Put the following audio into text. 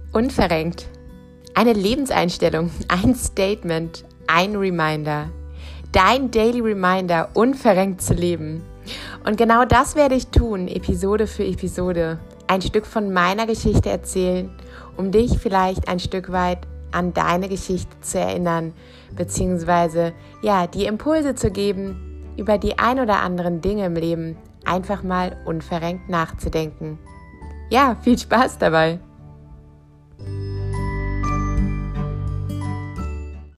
Unverrenkt. Eine Lebenseinstellung, ein Statement, ein Reminder. Dein Daily Reminder, unverrenkt zu leben. Und genau das werde ich tun, Episode für Episode. Ein Stück von meiner Geschichte erzählen, um dich vielleicht ein Stück weit an deine Geschichte zu erinnern, beziehungsweise die Impulse zu geben, über die ein oder anderen Dinge im Leben einfach mal unverrenkt nachzudenken. Ja, viel Spaß dabei!